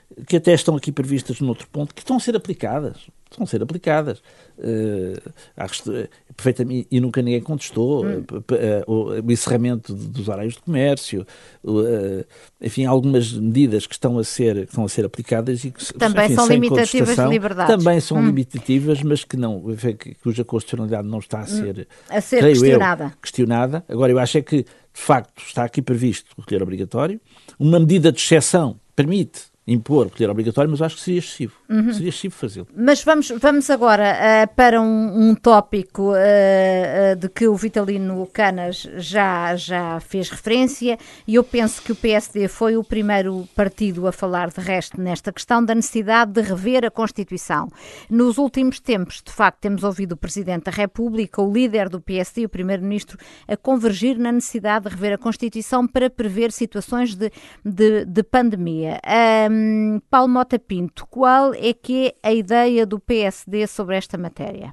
que até estão aqui previstas noutro ponto, que estão a ser aplicadas. Estão a ser aplicadas. Uh, perfeitamente, e nunca ninguém contestou hum. uh, uh, o encerramento dos horários de comércio, uh, enfim, algumas medidas que estão a ser, que estão a ser aplicadas e que também enfim, são limitativas de liberdade. Também são hum. limitativas, mas que não, cuja constitucionalidade não está a ser, hum. a ser questionada. Eu, questionada. Agora, eu acho é que, de facto, está aqui previsto o recolher obrigatório. Uma medida de exceção permite impor o recolher obrigatório, mas eu acho que seria excessivo. Uhum. Seria excessivo fazê-lo. Mas vamos, vamos agora uh, para um, um tópico uh, uh, de que o Vitalino Canas já, já fez referência, e eu penso que o P S D foi o primeiro partido a falar de resto nesta questão da necessidade de rever a Constituição. Nos últimos tempos, de facto, temos ouvido o Presidente da República, o líder do P S D e o Primeiro-Ministro a convergir na necessidade de rever a Constituição para prever situações de, de, de pandemia. Um, Paulo Mota Pinto, qual é que é a ideia do P S D sobre esta matéria?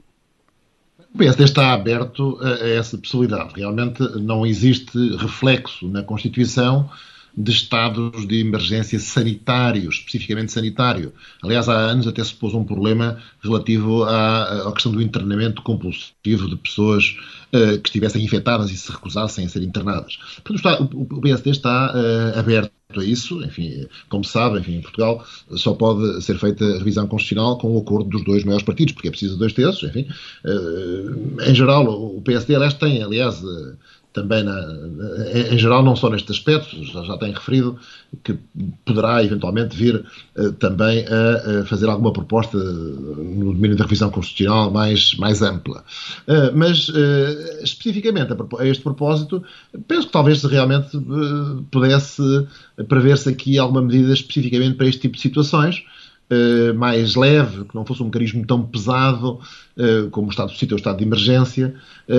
O P S D está aberto a, a essa possibilidade. Realmente não existe reflexo na Constituição de estados de emergência sanitário, especificamente sanitário. Aliás, há anos até se pôs um problema relativo à, à questão do internamento compulsivo de pessoas uh, que estivessem infectadas e se recusassem a ser internadas. Portanto, está, o, o P S D está uh, aberto a isso. Enfim, como se sabe, enfim, em Portugal só pode ser feita a revisão constitucional com o acordo dos dois maiores partidos, porque é preciso dois terços. Enfim, uh, em geral, o P S D, aliás, tem, aliás, uh, também, na, em geral, não só neste aspecto, já, já tenho referido, que poderá eventualmente vir uh, também a, a fazer alguma proposta no domínio da revisão constitucional mais, mais ampla. Uh, mas, uh, especificamente a, a este propósito, penso que talvez realmente uh, pudesse prever-se aqui alguma medida especificamente para este tipo de situações, Uh, mais leve, que não fosse um mecanismo tão pesado uh, como o estado de sítio ou o estado de emergência.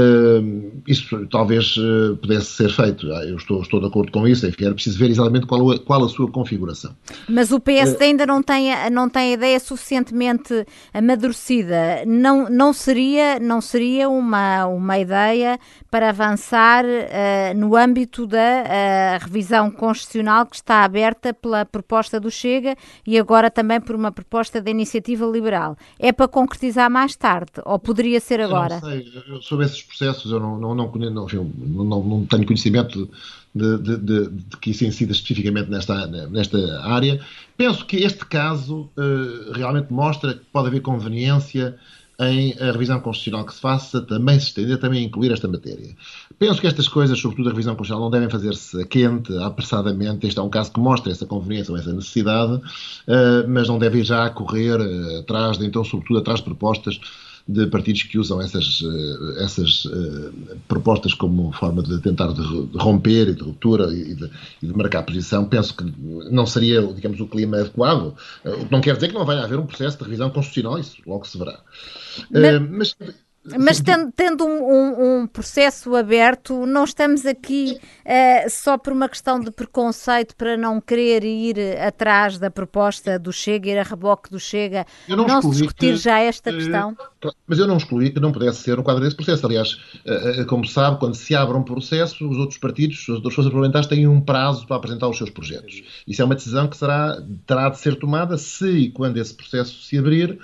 Uh, isso talvez uh, pudesse ser feito. Eu estou, estou de acordo com isso. Enfim, era preciso ver exatamente qual a, qual a sua configuração. Mas o P S D uh, ainda não tem, não tem a ideia suficientemente amadurecida. Não, não seria, não seria uma, uma ideia para avançar uh, no âmbito da uh, revisão constitucional que está aberta pela proposta do Chega e agora também por uma proposta da Iniciativa Liberal. É para concretizar mais tarde? Ou poderia ser agora? Eu não sei. Sobre esses processos eu não, não, não, não, não, não tenho conhecimento de, de, de, de que isso incida especificamente nesta, nesta área. Penso que este caso uh, realmente mostra que pode haver conveniência em a revisão constitucional que se faça também se estender, também incluir esta matéria. Penso que estas coisas, sobretudo a revisão constitucional, não devem fazer-se a quente, apressadamente. Este é um caso que mostra essa conveniência ou essa necessidade, uh, mas não deve ir já a correr uh, atrás, de, então, sobretudo atrás de propostas de partidos que usam essas, uh, essas uh, propostas como forma de tentar de, de romper e de ruptura e de, e de marcar posição. Penso que não seria, digamos, o clima adequado. Uh, o que não quer dizer que não venha a haver um processo de revisão constitucional, isso logo se verá. Mas... Uh, mas Mas tendo, tendo um, um, um processo aberto, não estamos aqui uh, só por uma questão de preconceito para não querer ir atrás da proposta do Chega, ir a reboque do Chega, não, não se discutir que, já esta questão? Uh, mas eu não excluí que não pudesse ser no quadro desse processo. Aliás, uh, uh, como sabe, quando se abre um processo, os outros partidos, as outras forças parlamentares têm um prazo para apresentar os seus projetos. Isso é uma decisão que será, terá de ser tomada se e quando esse processo se abrir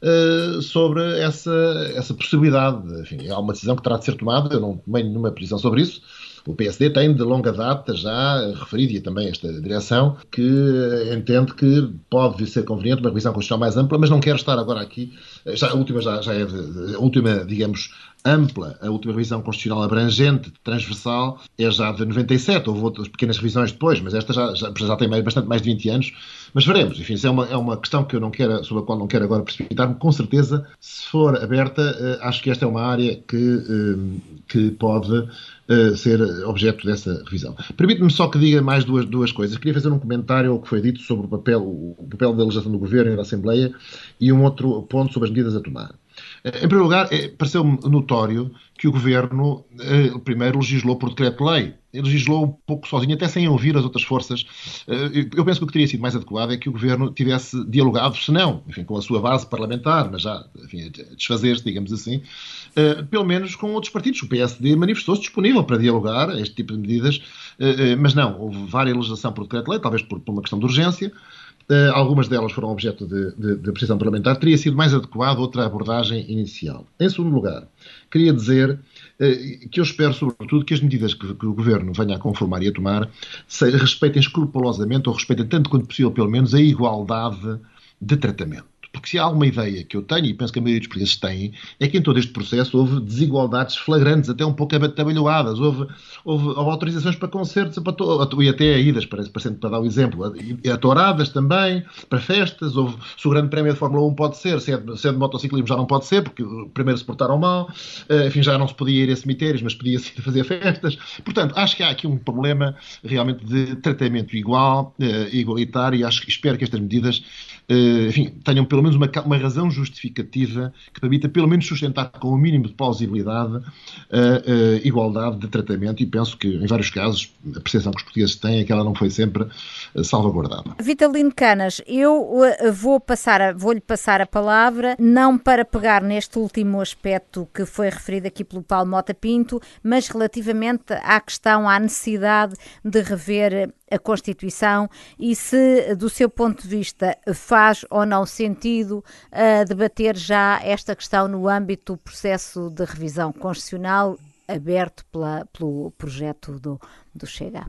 uh, sobre essa, essa possibilidade. Enfim, há uma decisão que terá de ser tomada, eu não tomei nenhuma posição sobre isso. O P S D tem de longa data já referido, e também esta direção, que entende que pode ser conveniente uma revisão constitucional mais ampla, mas não quero estar agora aqui. Já, a última já, já é de, a última, digamos, ampla, a última revisão constitucional abrangente, transversal, é já de noventa e sete. Houve outras pequenas revisões depois, mas esta já, já, já tem mais, bastante mais de vinte anos. Mas veremos. Enfim, isso é uma, é uma questão que eu não quero, sobre a qual não quero agora precipitar-me. Com certeza, se for aberta, acho que esta é uma área que, que pode ser objeto dessa revisão. Permite-me só que diga mais duas, duas coisas. Queria fazer um comentário ao que foi dito sobre o papel, o papel da legislação do Governo e da Assembleia e um outro ponto sobre as medidas a tomar. Em primeiro lugar, pareceu-me notório que o Governo, primeiro, legislou por decreto-lei. Ele legislou um pouco sozinho, até sem ouvir as outras forças. Eu penso que o que teria sido mais adequado é que o Governo tivesse dialogado, se não, enfim, com a sua base parlamentar, mas já, enfim, desfazer-se, digamos assim, pelo menos com outros partidos. O P S D manifestou-se disponível para dialogar este tipo de medidas, mas não, houve várias legislação por decreto-lei, talvez por, por uma questão de urgência, uh, algumas delas foram objeto de, de, de apreciação parlamentar, teria sido mais adequado outra abordagem inicial. Em segundo lugar, queria dizer uh, que eu espero, sobretudo, que as medidas que, que o Governo venha a conformar e a tomar se, respeitem escrupulosamente, ou respeitem tanto quanto possível, pelo menos, a igualdade de tratamento. Porque se há alguma ideia que eu tenho, e penso que a maioria dos portugueses têm, é que em todo este processo houve desigualdades flagrantes, até um pouco atabalhoadas. Houve, houve, houve autorizações para concertos para to, e até idas, para, para, para dar o exemplo, atoradas também, para festas. Houve, se o grande prémio de Fórmula um pode ser, se é, de, se é de motociclismo já não pode ser, porque primeiro se portaram mal, enfim, já não se podia ir a cemitérios, mas podia-se ir a fazer festas. Portanto, acho que há aqui um problema realmente de tratamento igual, igualitário, e acho, espero que estas medidas enfim, tenham pelo menos uma, uma razão justificativa que permita pelo menos sustentar com o mínimo de plausibilidade a, a igualdade de tratamento, e penso que em vários casos a percepção que os portugueses têm é que ela não foi sempre salvaguardada. Vitalino Canas, eu vou passar a, vou-lhe passar a palavra, não para pegar neste último aspecto que foi referido aqui pelo Paulo Mota Pinto, mas relativamente à questão, à necessidade de rever a Constituição, e se, do seu ponto de vista, faz ou não sentido uh, debater já esta questão no âmbito do processo de revisão constitucional aberto pela, pelo projeto do, do Chega.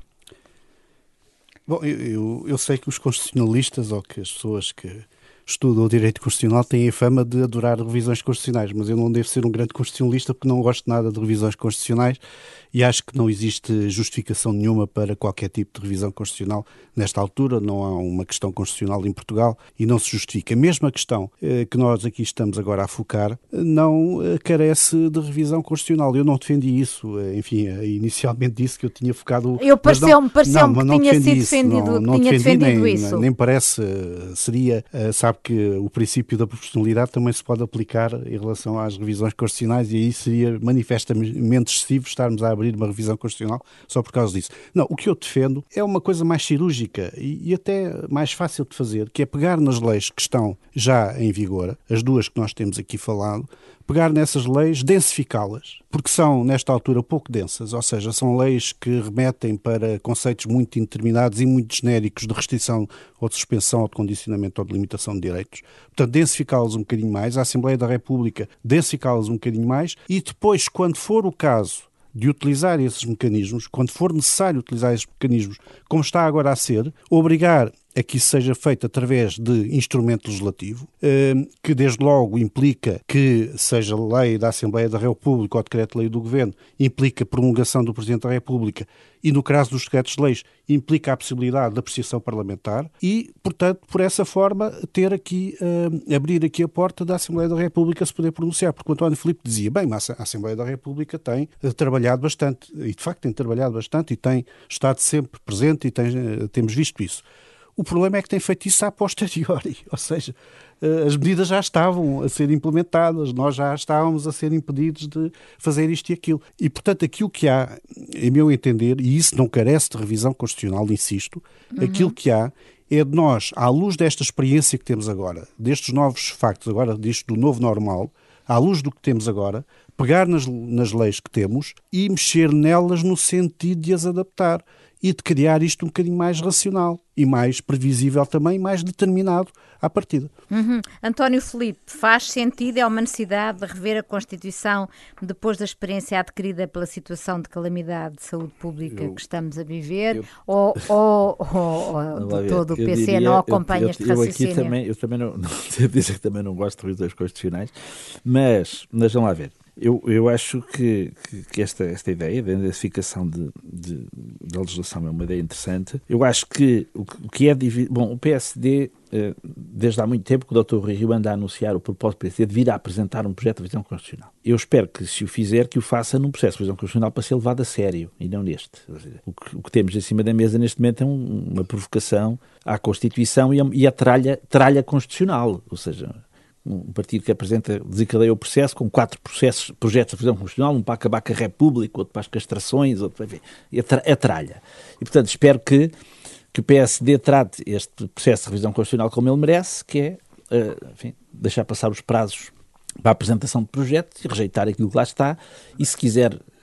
Bom, eu, eu sei que os constitucionalistas, ou que as pessoas que estudam o direito constitucional, têm a fama de adorar revisões constitucionais, mas eu não devo ser um grande constitucionalista porque não gosto nada de revisões constitucionais e acho que não existe justificação nenhuma para qualquer tipo de revisão constitucional nesta altura. Não há uma questão constitucional em Portugal e não se justifica. Mesmo a questão eh, que nós aqui estamos agora a focar não eh, carece de revisão constitucional. Eu não defendi isso. Eh, enfim, eh, inicialmente disse que eu tinha focado... Eu pareceu-me pareceu que tinha sido defendido, não, não tinha defendi, defendido nem, isso. Nem parece, seria, sabe que o princípio da proporcionalidade também se pode aplicar em relação às revisões constitucionais, e aí seria manifestamente excessivo estarmos a abrir uma revisão constitucional só por causa disso. Não, o que eu defendo é uma coisa mais cirúrgica e, e até mais fácil de fazer, que é pegar nas leis que estão já em vigor, as duas que nós temos aqui falado, pegar nessas leis, densificá-las, porque são, nesta altura, pouco densas, ou seja, são leis que remetem para conceitos muito indeterminados e muito genéricos de restrição ou de suspensão ou de condicionamento ou de limitação de direitos. Portanto, densificá-las um bocadinho mais, a Assembleia da República densificá-las um bocadinho mais, e depois, quando for o caso de utilizar esses mecanismos, quando for necessário utilizar esses mecanismos, como está agora a ser, obrigar a que isso seja feito através de instrumento legislativo, que desde logo implica que, seja lei da Assembleia da República ou decreto-lei do Governo, implica promulgação do Presidente da República e, no caso dos decretos-leis, implica a possibilidade de apreciação parlamentar e, portanto, por essa forma, ter aqui, uh, abrir aqui a porta da Assembleia da República se poder pronunciar. Porque o António Filipe dizia, bem, mas a Assembleia da República tem uh, trabalhado bastante, e de facto tem trabalhado bastante e tem estado sempre presente e tem, uh, temos visto isso. O problema é que tem feito isso a posteriori, ou seja, as medidas já estavam a ser implementadas, nós já estávamos a ser impedidos de fazer isto e aquilo. E, portanto, aquilo que há, em meu entender, e isso não carece de revisão constitucional, insisto, uhum. aquilo que há é de nós, à luz desta experiência que temos agora, destes novos factos, agora disto do novo normal, à luz do que temos agora, pegar nas, nas leis que temos e mexer nelas no sentido de as adaptar e de criar isto um bocadinho mais racional e mais previsível também, mais determinado à partida. Uhum. António Filipe, faz sentido, é uma necessidade de rever a Constituição depois da experiência adquirida pela situação de calamidade de saúde pública eu, que estamos a viver, eu, ou, ou, ou, ou de todo o P C diria, não acompanha eu, este eu, raciocínio? Eu aqui também, eu também não, não devo dizer que também não gosto de revisões constitucionais, mas, mas vamos lá ver. Eu, eu acho que, que, que esta, esta ideia da identificação de, de, da legislação é uma ideia interessante. Eu acho que o, o que é dividido... Bom, o P S D, desde há muito tempo que o doutor Rui Rio anda a anunciar o propósito do P S D de vir a apresentar um projeto de revisão constitucional. Eu espero que, se o fizer, que o faça num processo de revisão constitucional para ser levado a sério e não neste. O que, o que temos em cima da mesa neste momento é um, uma provocação à Constituição e a, e a tralha, tralha constitucional, ou seja... Um partido que apresenta, desencadeia o processo com quatro processos, projetos de revisão constitucional, um para acabar com a República, outro para as castrações, outro para... Enfim, é tralha. E, portanto, espero que, que o P S D trate este processo de revisão constitucional como ele merece, que é, uh, enfim, deixar passar os prazos para a apresentação de projetos e rejeitar aquilo que lá está, e se quiser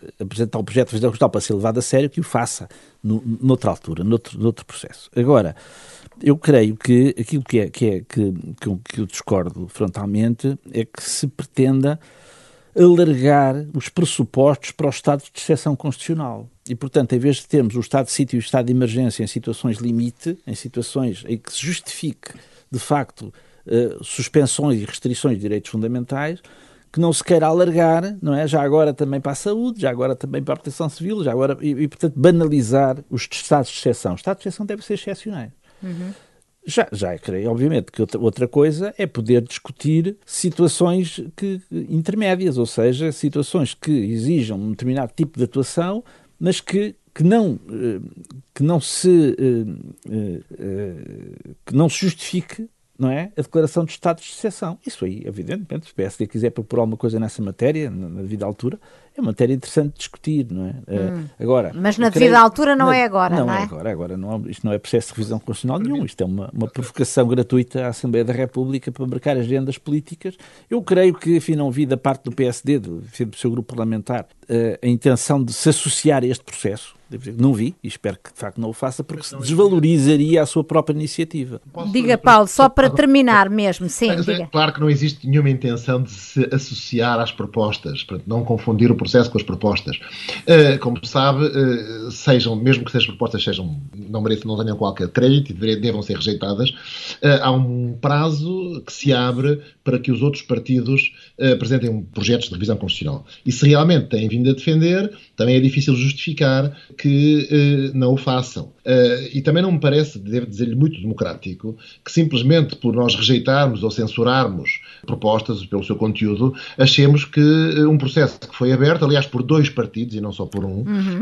apresentar um projeto de revisão constitucional para ser levado a sério, que o faça no, noutra altura, noutro, noutro processo. Agora, eu creio que aquilo que, é, que, é, que, que, que eu discordo frontalmente é que se pretenda alargar os pressupostos para o estado de exceção constitucional. E, portanto, em vez de termos o estado de sítio e o estado de emergência em situações limite, em situações em que se justifique, de facto, uh, suspensões e restrições de direitos fundamentais, que não se queira alargar, não é? Já agora também para a saúde, já agora também para a proteção civil, já agora, e, e portanto, banalizar os estados de exceção. Os estados de exceção devem ser excepcionais. Uhum. Já, já creio, obviamente, que outra, outra coisa é poder discutir situações que, intermédias, ou seja, situações que exijam um determinado tipo de atuação, mas que, que, não, que, não, se, que não se justifique, não é, a declaração de estado de exceção. Isso aí, evidentemente, se o P S D quiser propor alguma coisa nessa matéria, na devida altura, é uma matéria interessante de discutir, não é? Hum. Uh, agora, mas na devida creio, altura não na, é agora, não, não é? Não é agora, agora não, isto não é processo de revisão constitucional nenhum, isto é uma, uma provocação gratuita à Assembleia da República para marcar agendas políticas. Eu creio que, enfim, não vi da parte do P S D, do, do seu grupo parlamentar, uh, a intenção de se associar a este processo. Não vi, e espero que de facto não o faça, porque se desvalorizaria a sua própria iniciativa. Diga, Paulo, só para terminar mesmo, sim, é, diga. Claro que não existe nenhuma intenção de se associar às propostas, para não confundir o processo com as propostas. Uh, como sabe, uh, sejam, mesmo que essas propostas sejam, não mereçam, não tenham qualquer crédito e devam ser rejeitadas, uh, há um prazo que se abre para que os outros partidos uh, apresentem projetos de revisão constitucional. E se realmente têm vindo a defender, também é difícil justificar que uh, não o façam. Uh, e também não me parece, devo dizer-lhe, muito democrático que simplesmente por nós rejeitarmos ou censurarmos propostas pelo seu conteúdo, achemos que uh, um processo que foi aberto, aliás, por dois partidos e não só por um, uhum.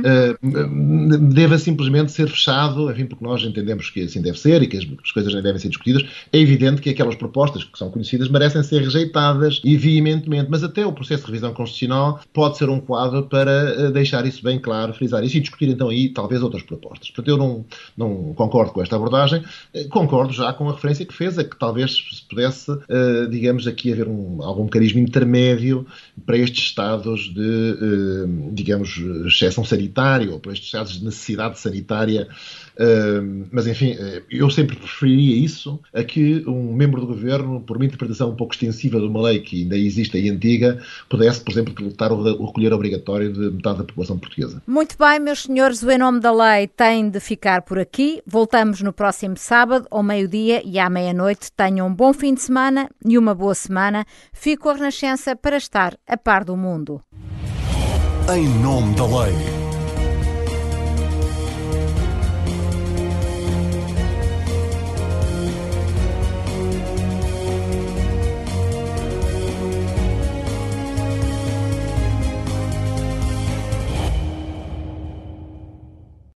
uh, deva simplesmente ser fechado, enfim, porque nós entendemos que assim deve ser e que as, as coisas nem devem ser discutidas. É evidente que aquelas propostas que são conhecidas merecem ser rejeitadas e veementemente, mas até o processo de revisão constitucional pode ser um quadro para uh, deixar isso bem claro, frisar isso e discutir então aí talvez outras propostas. Portanto, eu não, não concordo com esta abordagem, uh, concordo já com a referência que fez, a que talvez se pudesse, uh, digamos, aqui haver um, algum mecanismo intermédio para estes estados de, uh, digamos, exceção sanitária ou para estes estados de necessidade sanitária. Uh, mas, enfim, eu sempre preferiria isso a que um membro do governo, por uma interpretação um pouco extensiva de uma lei que ainda existe aí antiga, pudesse, por exemplo, decretar o recolher obrigatório de metade da população portuguesa. Muito bem, meus senhores, o Em Nome da Lei tem de ficar por aqui. Voltamos no próximo sábado, ao meio-dia e à meia-noite. Tenham um bom fim de semana e uma boa semana. Fico a Renascença para estar a par do mundo. Em Nome da Lei.